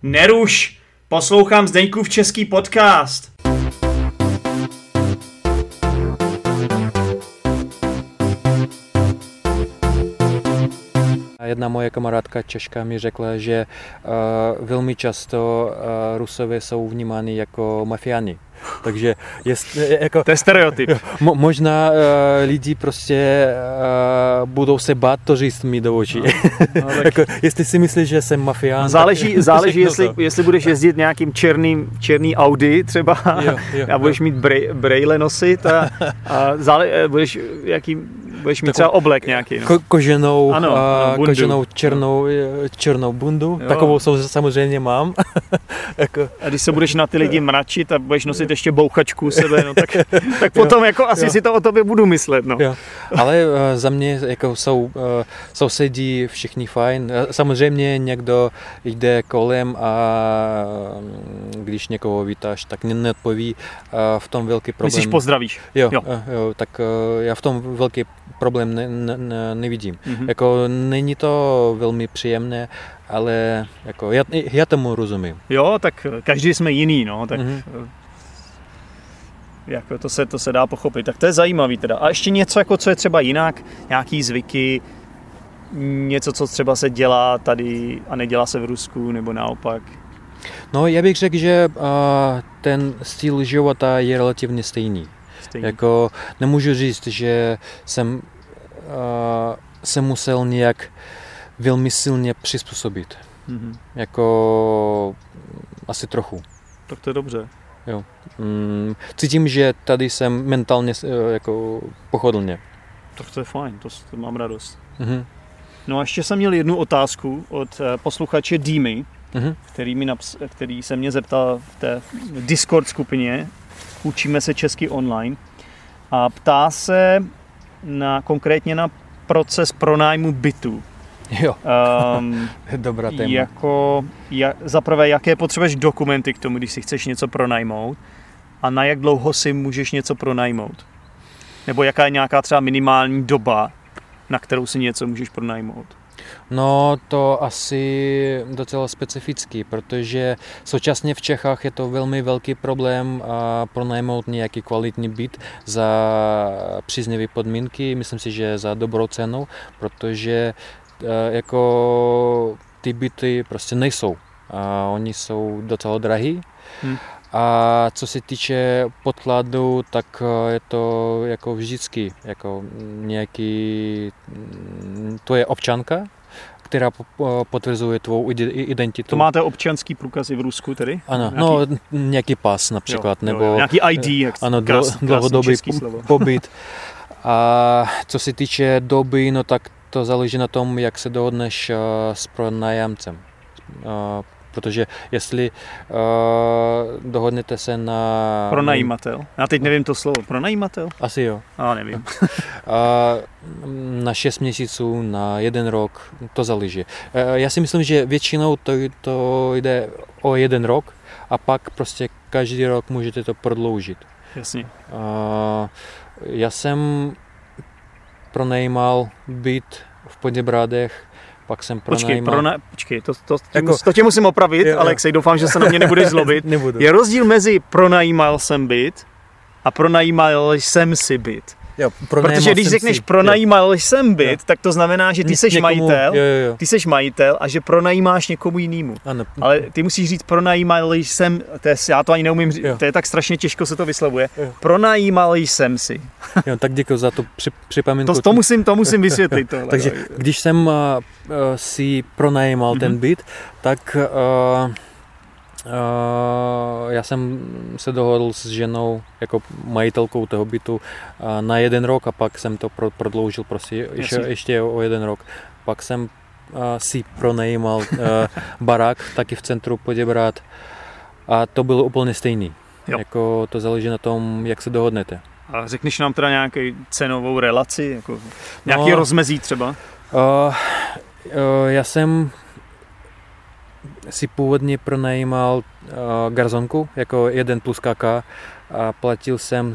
Neruš! Poslouchám Zdeňkův český podcast. Jedna moje kamarádka Češka mi řekla, že velmi často Rusové jsou vnímáni jako mafiáni. Takže jako, to je stereotyp. Možná lidi prostě budou se bát to říct mi do očí. No, jako, jestli si myslíš, že jsem mafián. Záleží jestli budeš jezdit nějakým černý Audi třeba a budeš mít brejle nosit a budeš mít třeba oblek nějaký. No. Koženou černou bundu. Jo. Takovou samozřejmě mám. Jako. A když se budeš na ty lidi mračit a budeš nosit ještě bouchačku u sebe, no, tak potom jako asi si to o tobě budu myslet. No. Ale za mě jako jsou sousedí všichni fajn. Samozřejmě někdo jde kolem a když někoho vítáš, tak neodpoví. V tom velký problém. Myslíš pozdravíš? Jo, tak já v tom velký problém nevidím. Mm-hmm. Jako není to velmi příjemné, ale jako já tomu rozumím. Jo, tak každý jsme jiný, no, tak jako to se dá pochopit. Tak to je zajímavý teda. A ještě něco, jako co je třeba jinak, nějaký zvyky, něco, co třeba se dělá tady a nedělá se v Rusku, nebo naopak? No, já bych řekl, že ten styl života je relativně stejný. Jako nemůžu říct, že jsem se musel nějak velmi silně přizpůsobit. Mm-hmm. Jako asi trochu. Tak to je dobře. Jo. Cítím, že tady jsem mentálně jako pohodlně. Tak to je fajn, to mám radost. Mm-hmm. No a ještě jsem měl jednu otázku od posluchače Dýmy, mm-hmm. který se mě zeptal v té Discord skupině Učíme se česky online a ptá se konkrétně na proces pronájmu bytu. Jo, dobrá téma. Zaprvé, jaké potřebuješ dokumenty k tomu, když si chceš něco pronajmout a na jak dlouho si můžeš něco pronajmout? Nebo jaká je nějaká třeba minimální doba, na kterou si něco můžeš pronajmout? No to asi docela specifický, protože současně v Čechách je to velmi velký problém pronajmout nějaký kvalitní byt za příznivé podmínky, myslím si, že za dobrou cenu, protože jako ty byty prostě nejsou. Oni jsou docela drahý. A co se týče podkladu, tak je to jako vždycky jako nějaký tvoje občanka, která potvrzuje tvou identitu. To máte občanský průkaz i v Rusku tedy? Ano, nějaký pas například, nebo nějaký ID, jak dlouhodobý pobyt. A co se týče doby, no tak to záleží na tom, jak se dohodneš s pronájemcem. Protože jestli dohodnete se na... Pronajímatel. Já teď nevím to slovo. Pronajímatel? Asi jo. Nevím. Na 6 měsíců, na 1 rok, to záleží. Já si myslím, že většinou to jde o 1 rok a pak prostě každý rok můžete to prodloužit. Jasně. Já jsem pronajímal byt v Poděbradech, pak jsem pronajímal... Počkej, to tě musím opravit, Alexej, doufám, že se na mě nebudeš zlobit. Je rozdíl mezi pronajímal jsem byt a pronajímal jsem si byt. Protože když řekneš pronajímal jsem byt, tak to znamená, že ty seš majitel, ty seš majitel a že pronajímáš někomu jinému. Ano. Ale ty musíš říct pronajímal jsem, já to ani neumím říct, to je tak strašně těžko se to vyslovuje. Pronajímal jsem si. Jo, tak děkuji za to připomínku. To musím vysvětlit. Tohle. Takže když jsem si pronajímal ten byt, tak já jsem se dohodl s ženou jako majitelkou toho bytu na 1 rok a pak jsem to prodloužil prostě ještě o 1 rok. Pak jsem si pronajímal barák taky v centru Poděbrad a to bylo úplně stejný. Jako to záleží na tom, jak se dohodnete. A řekneš nám teda nějakou cenovou relaci, jako nějaký rozmezí třeba? Já jsem si původně pronajímal garzonku jako 1+KK a platil jsem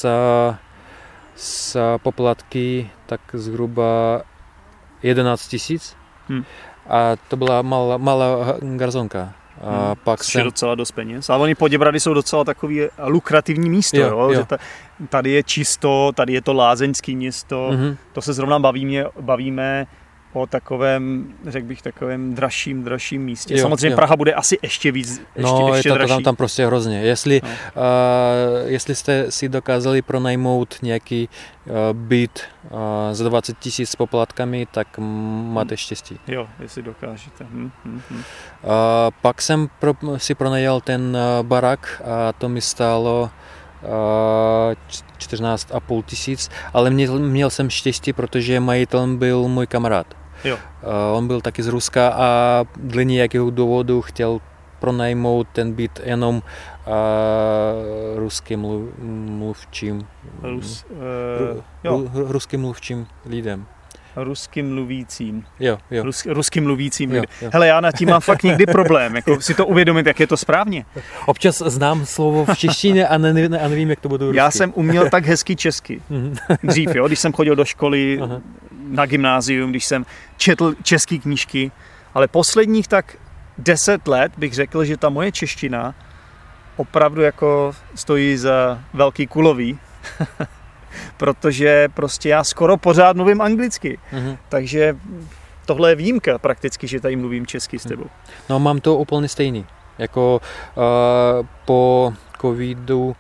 s poplatky tak zhruba 11 000 a to byla malá garzonka. Pak jsem docela dost peněz. Ale oni Poděbrady jsou docela takový lukrativní místo, jo? Že tady je čisto, tady je to lázeňský město, to se zrovna bavíme o takovém, řekl bych, takovém dražším místě. Samozřejmě Praha bude asi ještě víc, ještě dražší. No, tam prostě hrozně. Jestli jste si dokázali pronajmout nějaký byt za 20 000 s poplatkami, tak máte štěstí. Jo, jestli dokážete. Pak jsem si pronajal ten barák a to mi stálo 14,5 tisíc, ale měl jsem štěstí, protože majitelem byl můj kamarád. Jo. On byl taky z Ruska a dle nějakého důvodu chtěl pronajmout ten byt jenom ruským mluvčím ruským mluvčím lidem. Ruským mluvícím. Jo. Ruským mluvícím. Jo. Hele, já nad tím mám fakt někdy problém, jako si to uvědomit, jak je to správně. Občas znám slovo v češtině a nevím, jak to bude rusky. Já jsem uměl tak hezky česky. Dřív, když jsem chodil do školy, na gymnázium, když jsem četl české knížky, ale posledních tak 10 let bych řekl, že ta moje čeština opravdu jako stojí za velký kulový. Protože prostě já skoro pořád mluvím anglicky. Takže tohle je výjimka prakticky, že tady mluvím česky s tebou. No, mám to úplně stejný. Jako po covidu,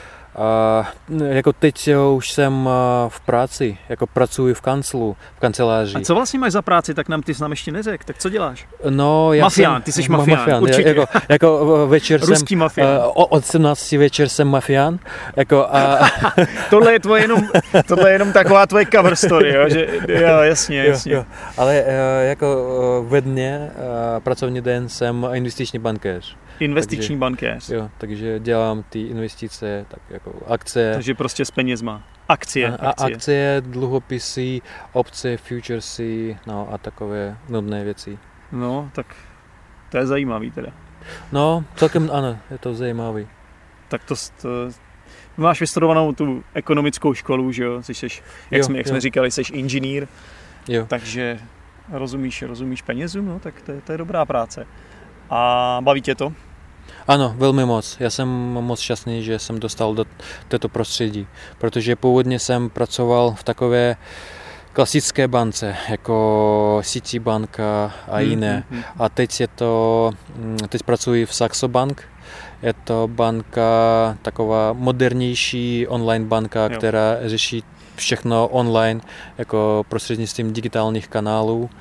jako teď už jsem v práci, jako pracuji v kanceláři. A co vlastně máš za práci, tak nám ty jsi nám ještě neřekl, tak co děláš? No, mafián, ty jsi mafián, určitě. Jako večer ruský jsem, mafián. Od 17 večer jsem mafián. Jako, tohle je jenom taková tvoje cover story, jo? Že, jo, jasně. Jo. Ale jako ve dne, pracovní den jsem investiční bankéř. Investiční bankéř. Jo, takže dělám ty investice, tak jako akce. Takže prostě s penězma. Akcie, dluhopisy, opce, futuresy, no a takové nudné věci. No, tak to je zajímavý teda. No, celkem ano, je to zajímavý. Tak to máš vystudovanou tu ekonomickou školu, že jo? Jak jsme říkali, jsi inženýr. Jo. Takže rozumíš penězům, no, tak to je dobrá práce. A baví tě to? Ano, velmi moc. Já jsem moc šťastný, že jsem dostal do této prostředí, protože původně jsem pracoval v takové klasické bance, jako Citibanka a jiné. A teď pracuji v Saxo Bank. Je to banka, taková modernější online banka, která řeší všechno online, jako prostřednictvím digitálních kanálů.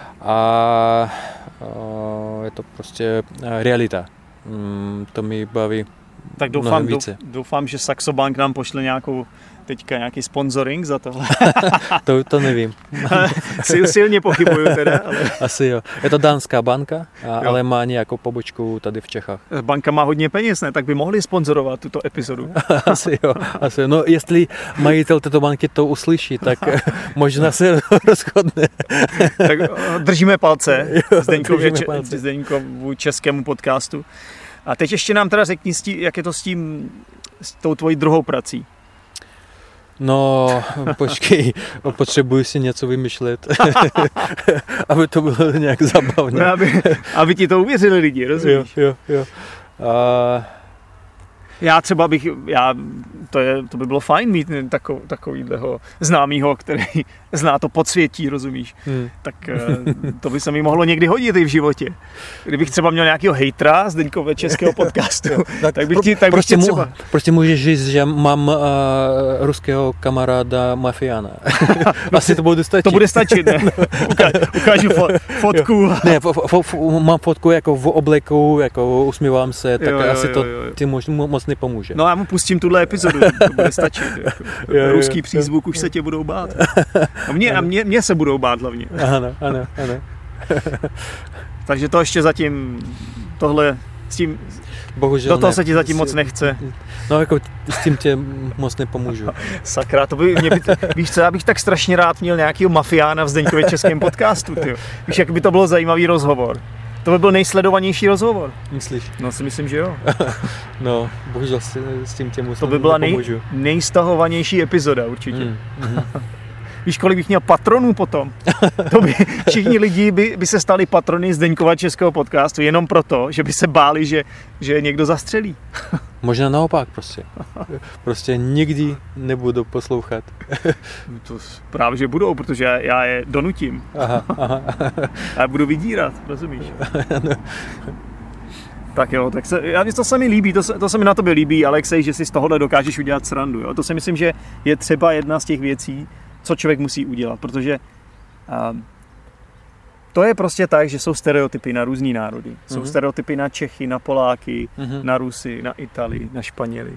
A je to prostě realita. To mi baví. Tak doufám, že Saxo Bank nám pošle nějaký sponsoring za tohle. to nevím. Silně pochybuju teda. Ale... Asi jo. Je to dánská banka, ale má nějakou pobočku tady v Čechách. Banka má hodně peněz, ne? Tak by mohli sponzorovat tuto epizodu. Asi jo. No, jestli majitel této banky to uslyší, tak možná se rozhodne. Tak držíme palce Zdeňkovu českému podcastu. A teď ještě nám teda řekni, jak je to s tou tvojí druhou prací. No, počkej, potřebuji si něco vymýšlet, aby to bylo nějak zabavné. No, aby ti to uvěřili lidi, rozumíš? Jo. Já třeba to by bylo fajn mít takovýhleho známýho, který zná to podsvětí, rozumíš? Tak to by se mi mohlo někdy hodit i v životě. Kdybych třeba měl nějakého hejtra z Deňkové českého podcastu, tak bych ti třeba... Prostě můžeš říct, že mám ruského kamaráda mafiána. Asi to bude stačit. To bude stačit, ne? Ukážu fotku. Ne, mám fotku jako v obleku, jako usmívám se, tak asi to ti moc nepomůže. No já mu pustím tuhle epizodu, to bude stačit. Ruský přízvuk už se tě budou bát. A mě se budou bát hlavně. Ano. Takže to ještě zatím tohle s tím... Bohužel do toho se ti zatím moc nechce. No jako s tím tě moc nepomůžu. Sakra, víš co, já bych tak strašně rád měl nějakýho mafiána v Zdeňkově českém podcastu, tyjo. Víš, jak by to bylo zajímavý rozhovor. To by byl nejsledovanější rozhovor. Myslíš? No, si myslím, že jo. No, bohužel s tím tě moc to by byla nejstahovanější epizoda určitě. Víš, kolik bych měl patronů potom? To by, všichni lidi by se stali patrony Zdeňkova českého podcastu jenom proto, že by se báli, že někdo zastřelí. Možná naopak prostě. Prostě nikdy nebudu poslouchat. To právě, že budou, protože já je donutím. Aha. A budu vydírat, rozumíš? Tak jo, to se mi líbí, to se mi na tobě líbí, Alexej, že si z tohohle dokážeš udělat srandu. Jo? To si myslím, že je třeba jedna z těch věcí, co člověk musí udělat, protože to je prostě tak, že jsou stereotypy na různý národy. Jsou stereotypy na Čechy, na Poláky, na Rusy, na Italii, na Španěly,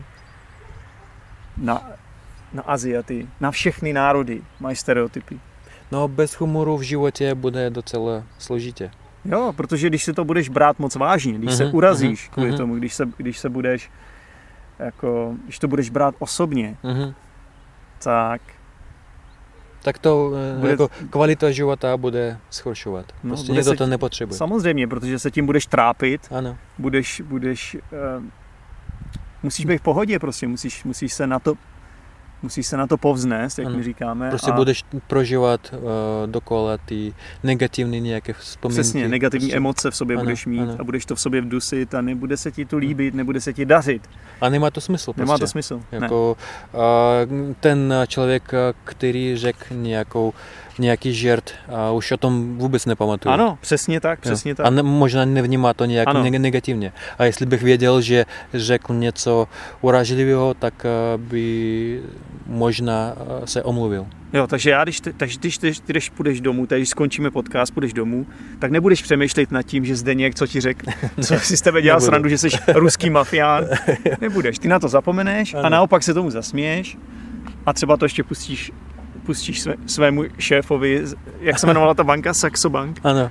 na Aziaty, na všechny národy mají stereotypy. No bez humoru v životě bude docela složitě. Jo, protože když si to budeš brát moc vážně, když se urazíš kvůli tomu, když to budeš brát osobně, tak to jako kvalita života bude zhoršovat. Prostě někdo to nepotřebuje. Samozřejmě, protože se tím budeš trápit. Ano. Musíš být v pohodě, prostě musíš se na to povznést, jak my říkáme. Prostě budeš prožívat dokola ty negativní nějaké vzpomínky. Přesně, negativní emoce v sobě budeš mít a budeš to v sobě vdusit a nebude se ti to líbit, nebude se ti dařit. A nemá to smysl. Prostě. Nemá to smysl. Jako, ten člověk, který řekl nějaký žert a už o tom vůbec nepamatuje. Ano, přesně tak. A možná nevnímá to nějak negativně. A jestli bych věděl, že řekl něco urážlivého, tak by možná se omluvil. Jo, takže když půjdeš domů, když skončíme podcast, půjdeš domů, tak nebudeš přemýšlet nad tím, že Zdeněk, co ti řekl, co si z tebe dělal srandu, že jsi ruský mafián. Nebudeš, ty na to zapomeneš a naopak se tomu zasměješ a třeba to ještě pustíš svému šéfovi, jak se jmenovala ta banka? Saxo Bank? Ano.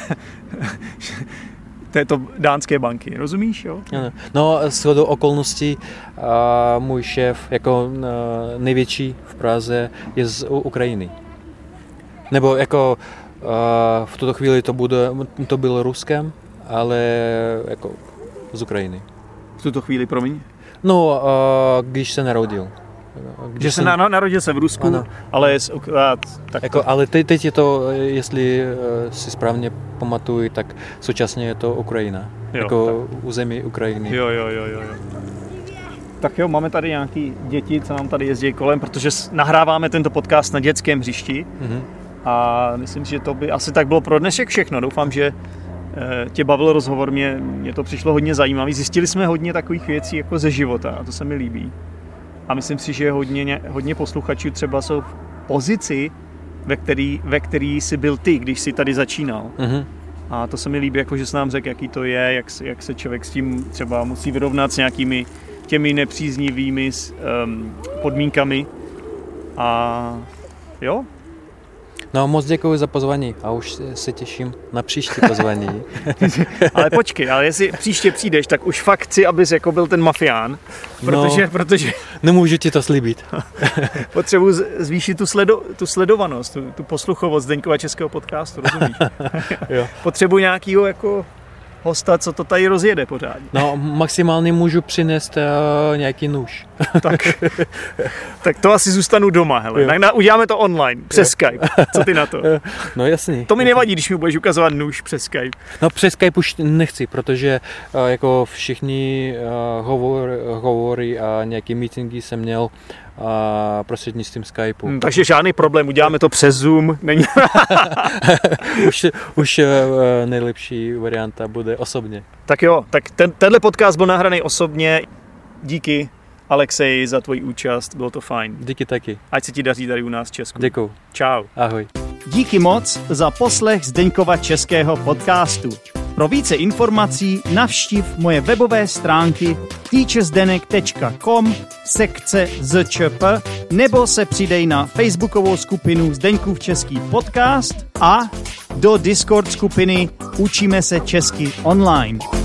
Této dánské banky, rozumíš, jo? Ano. No, shodou okolností můj šéf, jako největší v Praze, je z Ukrajiny. Nebo jako v tuto chvíli to bylo Ruskem, ale jako z Ukrajiny. V tuto chvíli, promiň? No, když se narodil. Narodil se v Rusku, ano. Ale ale teď je to, jestli si správně pamatuju, tak současně je to Ukrajina. Jo, jako území Ukrajiny. Jo. Tak jo, máme tady nějaký děti, co nám tady jezdí kolem, protože nahráváme tento podcast na dětském hřišti. A myslím si, že to by asi tak bylo pro dnešek všechno. Doufám, že tě bavil rozhovor, mě to přišlo hodně zajímavý. Zjistili jsme hodně takových věcí jako ze života a to se mi líbí. A myslím si, že hodně posluchačů třeba jsou v pozici, ve který jsi byl ty, když jsi tady začínal. A to se mi líbí, jako že jsi nám řekl, jaký to je, jak se člověk s tím třeba musí vyrovnat s nějakými těmi nepříznivými podmínkami. A jo. No moc děkuji za pozvání a už se těším na příští pozvání. Ale počkej, ale jestli příště přijdeš, tak už fakt chci, abys jako byl ten mafián, protože nemůžu ti to slíbit. Potřebuji zvýšit tu sledovanost, tu posluchovost Zdeňkova českého podcastu, rozumíš? Jo. Potřebuji nějakýho jako hosta, co to tady rozjede pořádně. No, maximálně můžu přinést nějaký nůž. Tak to asi zůstanu doma, hele. Uděláme to online, přes Skype. Co ty na to? No jasný. To mi nevadí, když mi budeš ukazovat nůž přes Skype. No přes Skype už nechci, protože jako všichni hovory a nějaké meetingy jsem měl prostřednictvím Skypeu. Takže žádný problém, uděláme to přes Zoom. Není... už nejlepší varianta bude osobně. Tak jo, tak tenhle podcast byl nahraný osobně. Díky, Alexej, za tvoji účast, bylo to fajn. Díky taky. Ať se ti daří tady u nás v Česku. Děkuju. Čau. Ahoj. Díky moc za poslech Zdeňkova českého podcastu. Pro více informací navštiv moje webové stránky teacherzdenek.com sekce ZČP nebo se přidej na facebookovou skupinu Zdeňkův český podcast a do Discord skupiny Učíme se česky online.